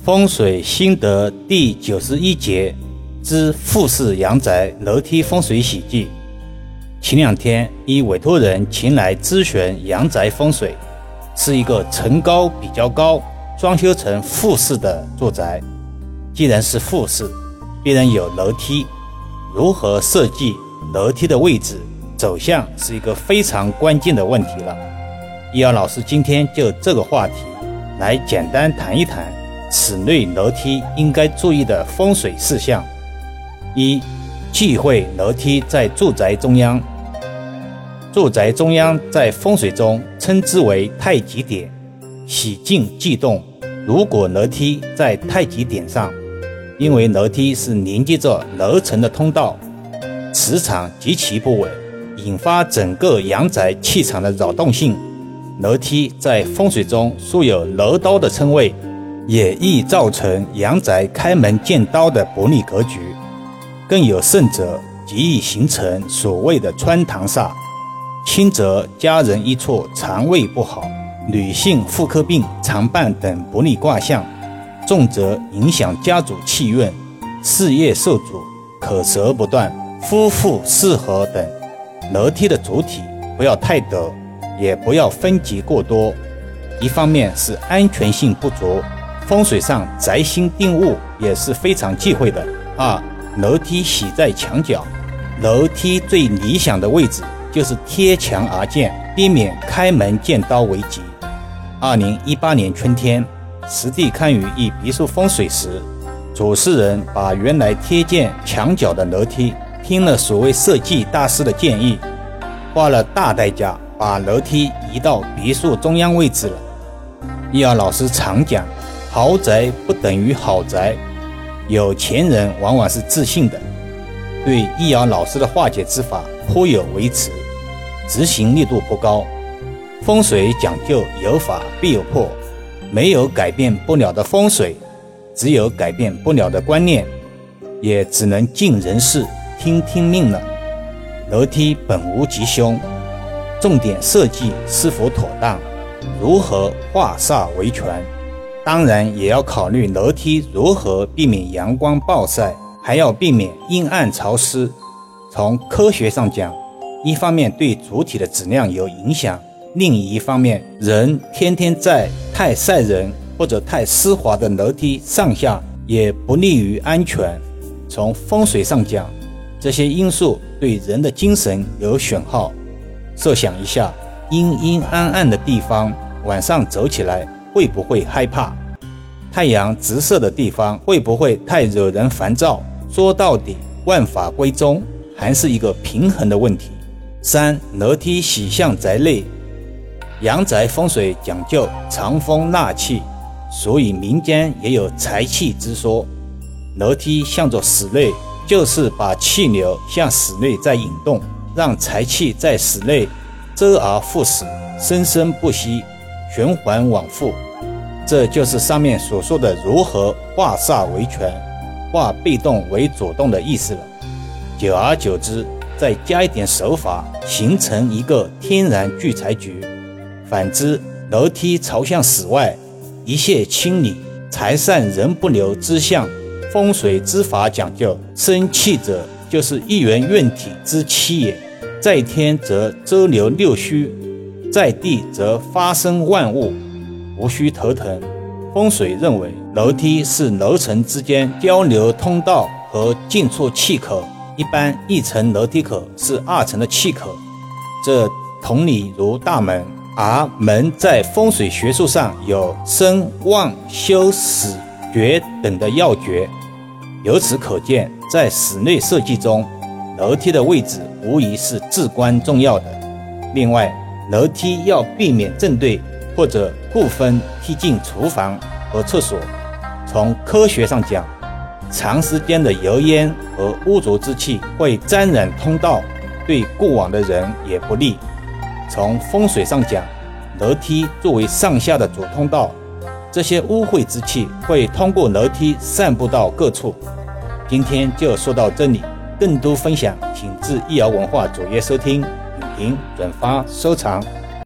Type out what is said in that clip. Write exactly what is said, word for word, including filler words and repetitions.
风水心得第九十一节之复式阳宅楼梯风水喜忌。前两天一委托人前来咨询阳宅风水，是一个层高比较高、装修成复式的住宅。既然是复式，必然有楼梯，如何设计楼梯的位置走向是一个非常关键的问题了。易遥老师今天就这个话题来简单谈一谈此类楼梯应该注意的风水事项。一、忌讳楼梯在住宅中央。住宅中央在风水中称之为太极点，喜静忌动。如果楼梯在太极点上，因为楼梯是连接着楼层的通道，磁场极其不稳，引发整个阳宅气场的扰动性。楼梯在风水中素有楼刀的称谓，也易造成阳宅开门见刀的不利格局，更有甚者极易形成所谓的穿堂煞，轻则家人一处肠胃不好、女性妇科病常伴等不利卦象，重则影响家族气运、事业受阻、口舌不断、夫妇失和等。楼梯的主体不要太陡，也不要分级过多，一方面是安全性不足，风水上宅心定物也是非常忌讳的。二、楼梯喜在墙角。楼梯最理想的位置就是贴墙而建，避免开门见刀为吉。二零一八年春天，实地看于一别墅风水时，主事人把原来贴建墙角的楼梯听了所谓设计大师的建议，花了大代价把楼梯移到别墅中央位置了。易遥老师常讲，豪宅不等于好宅，有钱人往往是自信的。对易遥老师的化解之法颇有微词，执行力度不高。风水讲究有法必有破，没有改变不了的风水，只有改变不了的观念，也只能尽人事听听命了。楼梯本无吉凶，重点设计是否妥当，如何化煞为权，当然也要考虑楼梯如何避免阳光暴晒，还要避免阴暗潮湿。从科学上讲，一方面对主体的质量有影响，另一方面人天天在太晒人或者太湿滑的楼梯上下也不利于安全。从风水上讲，这些因素对人的精神有损耗。设想一下，阴阴暗暗的地方晚上走起来会不会害怕？太阳直射的地方会不会太惹人烦躁？说到底，万法归宗还是一个平衡的问题。三、楼梯喜向宅内。阳宅风水讲究藏风纳气，所以民间也有财气之说。楼梯向着室内，就是把气流向室内在引动，让财气在室内周而复始，生生不息，循环往复。这就是上面所说的如何化煞为权，化被动为主动的意思了。久而久之，再加一点手法，形成一个天然聚财局。反之，楼梯朝向室外，一切清理财散人不流之象。风水之法讲究，生气者就是一元运体之气也，在天则周流六虚，在地则发生万物，无需头疼。风水认为，楼梯是楼层之间交流通道和进出气口，一般一层楼梯口是二层的气口，这同理如大门。而门在风水学术上有生、旺、修、死、绝等的要诀。由此可见，在室内设计中，楼梯的位置无疑是至关重要的。另外，楼梯要避免正对或者部分踢进厨房和厕所。从科学上讲，长时间的油烟和污浊之气会沾染通道，对过往的人也不利。从风水上讲，楼梯作为上下的主通道，这些污秽之气会通过楼梯散布到各处。今天就说到这里，更多分享请至易遥文化主页收听、点评、转发、收藏。